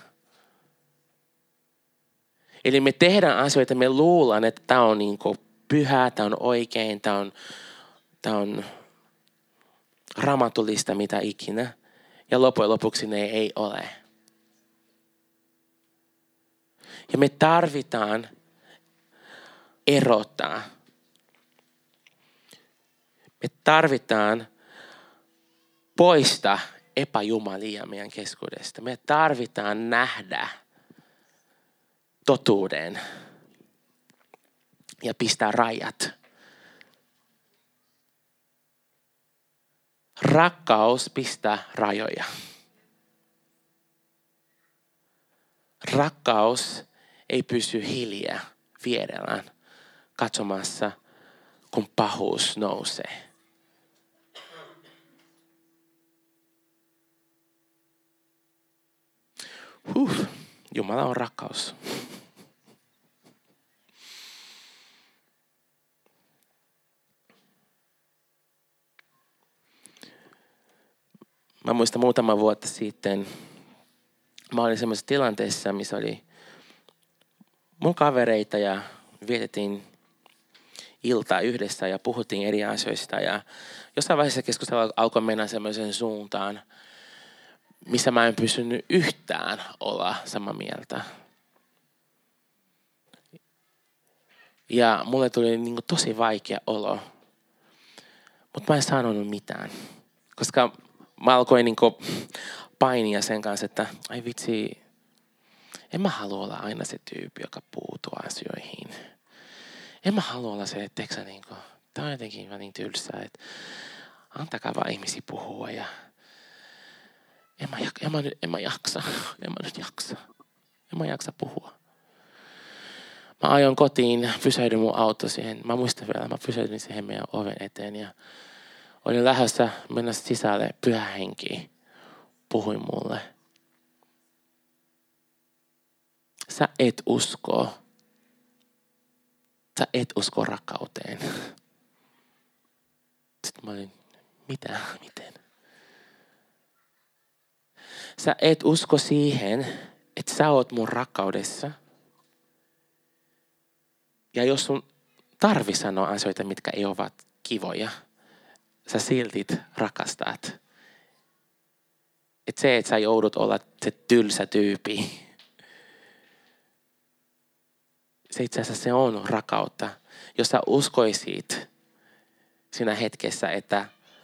Eli me tehdään asioita, me luullaan, että tämä on niin kuin pyhää, tämä on oikein, tämä on raamatullista, mitä ikinä. Ja loppujen lopuksi ne ei ole. Ja me tarvitaan erottaa. Me tarvitaan poistaa epäjumalia meidän keskuudesta. Me tarvitaan nähdä totuuden ja pistää rajat. Rakkaus pistää rajoja. Rakkaus ei pysy hiljaa vierellään katsomassa, kun pahuus nousee. Jumala on rakkaus. Mä muistan muutama vuotta sitten, mä olin semmoisessa tilanteessa, missä oli mun kavereita ja vietettiin iltaa yhdessä ja puhuttiin eri asioista. Ja jossain vaiheessa keskustelu alkoi mennä semmoiseen suuntaan, missä mä en pysynyt yhtään olla samaa mieltä. Ja mulle tuli niinku tosi vaikea olo. Mutta mä en sanonut mitään. Koska mä alkoin niinku painia sen kanssa, että ai vitsi, en mä halua olla aina se tyyppi, joka puuttuu asioihin. En mä halua olla se, että niinku, tää on jotenkin vähän niin tylsää, että antakaa vaan ihmisiä puhua ja en mä jaksa puhua. Mä ajoin kotiin, pysähdyin mun auto siihen. Mä muistan vielä, mä pysähdyin siihen meidän oven eteen ja olin lähdössä mennä sisälle. Pyhä Henki puhui mulle. Sä et usko rakkauteen. Sitten mä olin, mitä? Miten? Sä et usko siihen, että sä oot mun rakkaudessa. Ja jos sun tarvi sanoa asioita, mitkä ei ole kivoja, sä silti rakastat. Että se, että sä joudut olla se tylsä tyyppi, se itse asiassa se on rakkautta. Jos sä uskoisit siinä hetkessä, että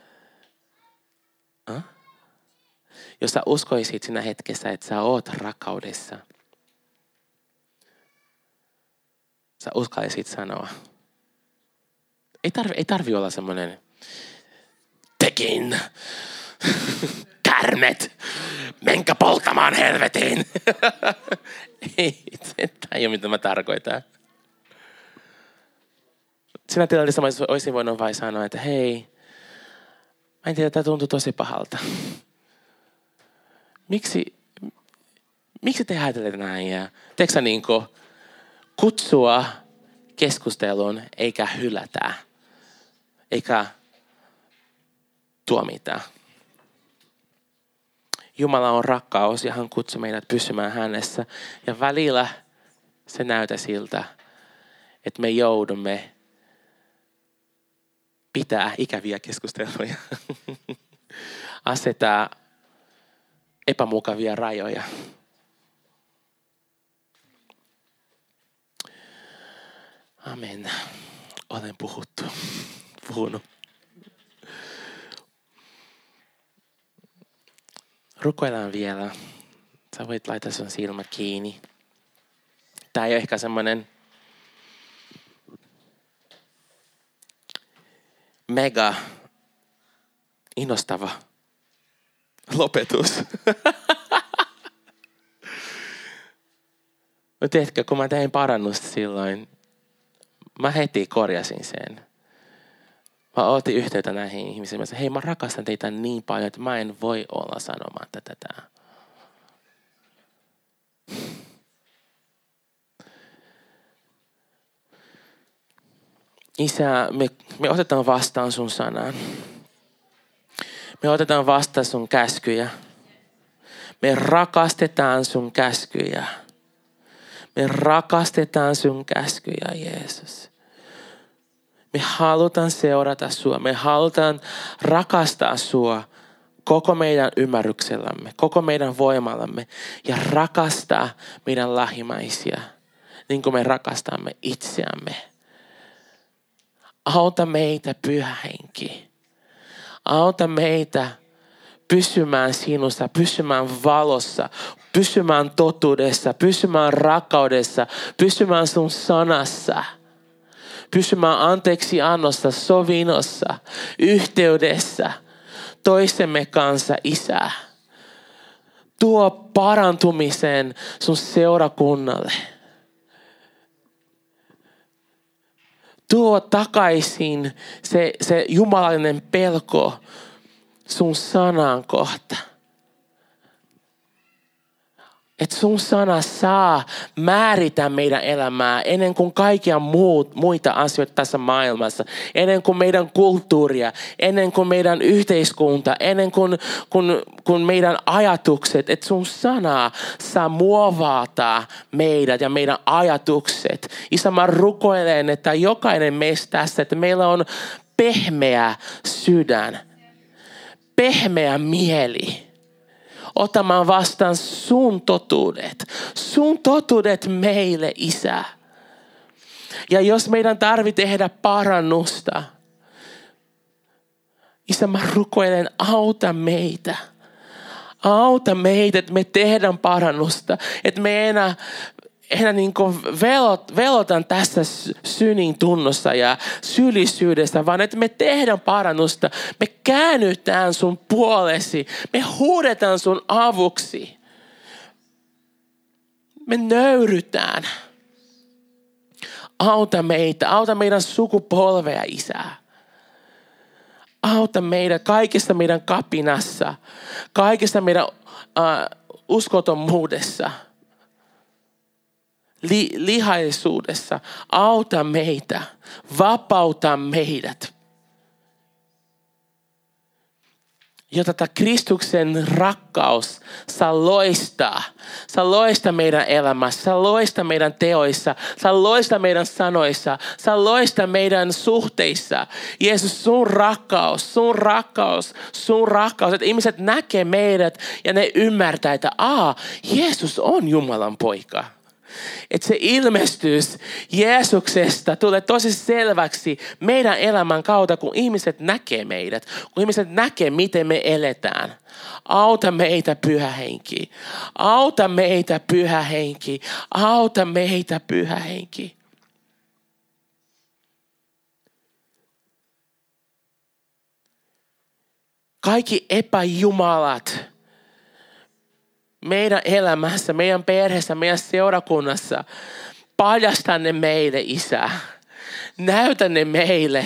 jos sä uskoisit siinä hetkessä, että sä oot rakkaudessa, sä uskallisit sanoa. Ei tarvi olla semmoinen tekin kärmet, menkää polttamaan helvetiin. Tämä ei ole mitä mä tarkoitan. Siinä tilanteessa mä olisin voinut vain sanoa, että hei, mä en tiedä, tämä tuntuu tosi pahalta. Miksi te ajattelette näin? Ja teekö sä niinku kutsua keskusteluun eikä hylätä, eikä tuomita. Jumala on rakkaus ja hän kutsuu meidät pysymään hänessä. Ja välillä se näyttää siltä, että me joudumme pitää ikäviä keskusteluja. Asettaa epämukavia rajoja. Amen. Olen puhunut. Rukoillaan vielä. Sä voit laittaa sun silmät kiinni. Tää ei ole ehkä semmoinen mega innostava lopetus. Mutta tiedätkö, kun mä tein parannusta silloin, mä heti korjasin sen. Mä otin yhteyttä näihin ihmisiin. Mä sanoin, hei, mä rakastan teitä niin paljon, että mä en voi olla sanomatta tätä. Isä, me otetaan vastaan sun sanan. Me otetaan vastaan sun käskyjä. Me rakastetaan sun käskyjä. Me rakastetaan sun käskyjä, Jeesus. Me halutaan seurata sua. Me halutaan rakastaa sua koko meidän ymmärryksellämme, koko meidän voimallamme ja rakastaa meidän lähimmäisiä niin kuin me rakastamme itseämme. Auta meitä, Pyhä Henki. Auta meitä pysymään sinussa, pysymään valossa, pysymään totuudessa, pysymään rakkaudessa, pysymään sun sanassa. Pysymään anteeksi annossa, sovinnossa, yhteydessä, toisemme kanssa, Isä. Tuo parantumisen sun seurakunnalle. Tuo takaisin se jumalallinen pelko sun sanan kohta. Että sun sana saa määritä meidän elämää ennen kuin kaikkia muita asioita tässä maailmassa. Ennen kuin meidän kulttuuria, ennen kuin meidän yhteiskunta, ennen kuin meidän ajatukset. Että sun sana saa muovata meidät ja meidän ajatukset. Isä, mä rukoilen, että jokainen meistä tässä, että meillä on pehmeä sydän, pehmeä mieli. Otamaan vastaan sun totuudet meille, Isä. Ja jos meidän tarvitsee tehdä parannusta, Isä, mä rukoilen, auta meitä. Auta meitä, että me tehdään parannusta. Että me enää niin kuin velotan tässä synin tunnossa ja syyllisyydessä, vaan että me tehdään parannusta. Me käännytään sun puolesi. Me huudetaan sun avuksi. Me nöyrytään. Auta meitä. Auta meidän sukupolvea, Isä. Auta meidän kaikessa meidän kapinassa. Kaikessa meidän uskotonmuudessa. Lihaisuudessa. Auta meitä. Vapauta meidät. Jotta tämä Kristuksen rakkaus saa loistaa. Saa loistaa meidän elämässä. Saa loistaa meidän teoissa. Saa loistaa meidän sanoissa. Saa loistaa meidän suhteissa. Jeesus, sun rakkaus. Että ihmiset näkee meidät ja ne ymmärtää, että Jeesus on Jumalan poika. Että se ilmestys Jeesuksesta tulee tosi selväksi meidän elämän kautta, kun ihmiset näkee meidät. Kun ihmiset näkee, miten me eletään. Auta meitä, Pyhä Henki. Auta meitä, Pyhä Henki. Auta meitä, Pyhä Henki. Kaikki epäjumalat meidän elämässä, meidän perheessä, meidän seurakunnassa. Paljasta ne meille, Isä. Näytä ne meille.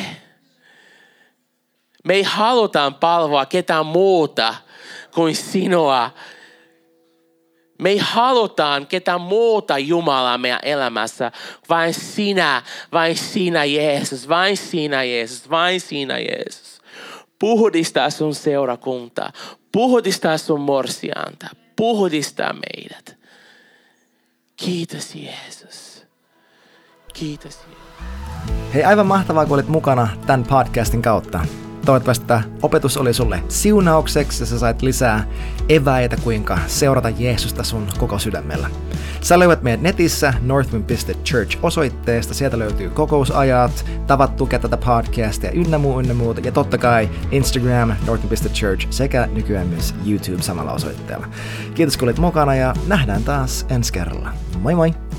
Me ei haluta palvoa ketään muuta kuin sinua. Me ei haluta ketään muuta Jumalaa meidän elämässä. Vain sinä Jeesus. Vain sinä Jeesus. Puhdistaa sun seurakuntaa. Puhdistaa sun morsianta. Puhdistaa meidät. Kiitos Jeesus. Kiitos Jeesus. Hei, aivan mahtavaa, kun olit mukana tämän podcastin kautta. Toivottavasti tämä opetus oli sulle siunaukseksi ja sä sait lisää eväitä, kuinka seurata Jeesusta sun koko sydämellä. Sä löydät meidät netissä northwind.church-osoitteesta. Sieltä löytyy kokousajat, tavat tukea tätä podcastia ynnä muuta. Ja totta kai Instagram, northwind.church sekä nykyään myös YouTube samalla osoitteella. Kiitos kun olit mukana ja nähdään taas ensi kerralla. Moi moi!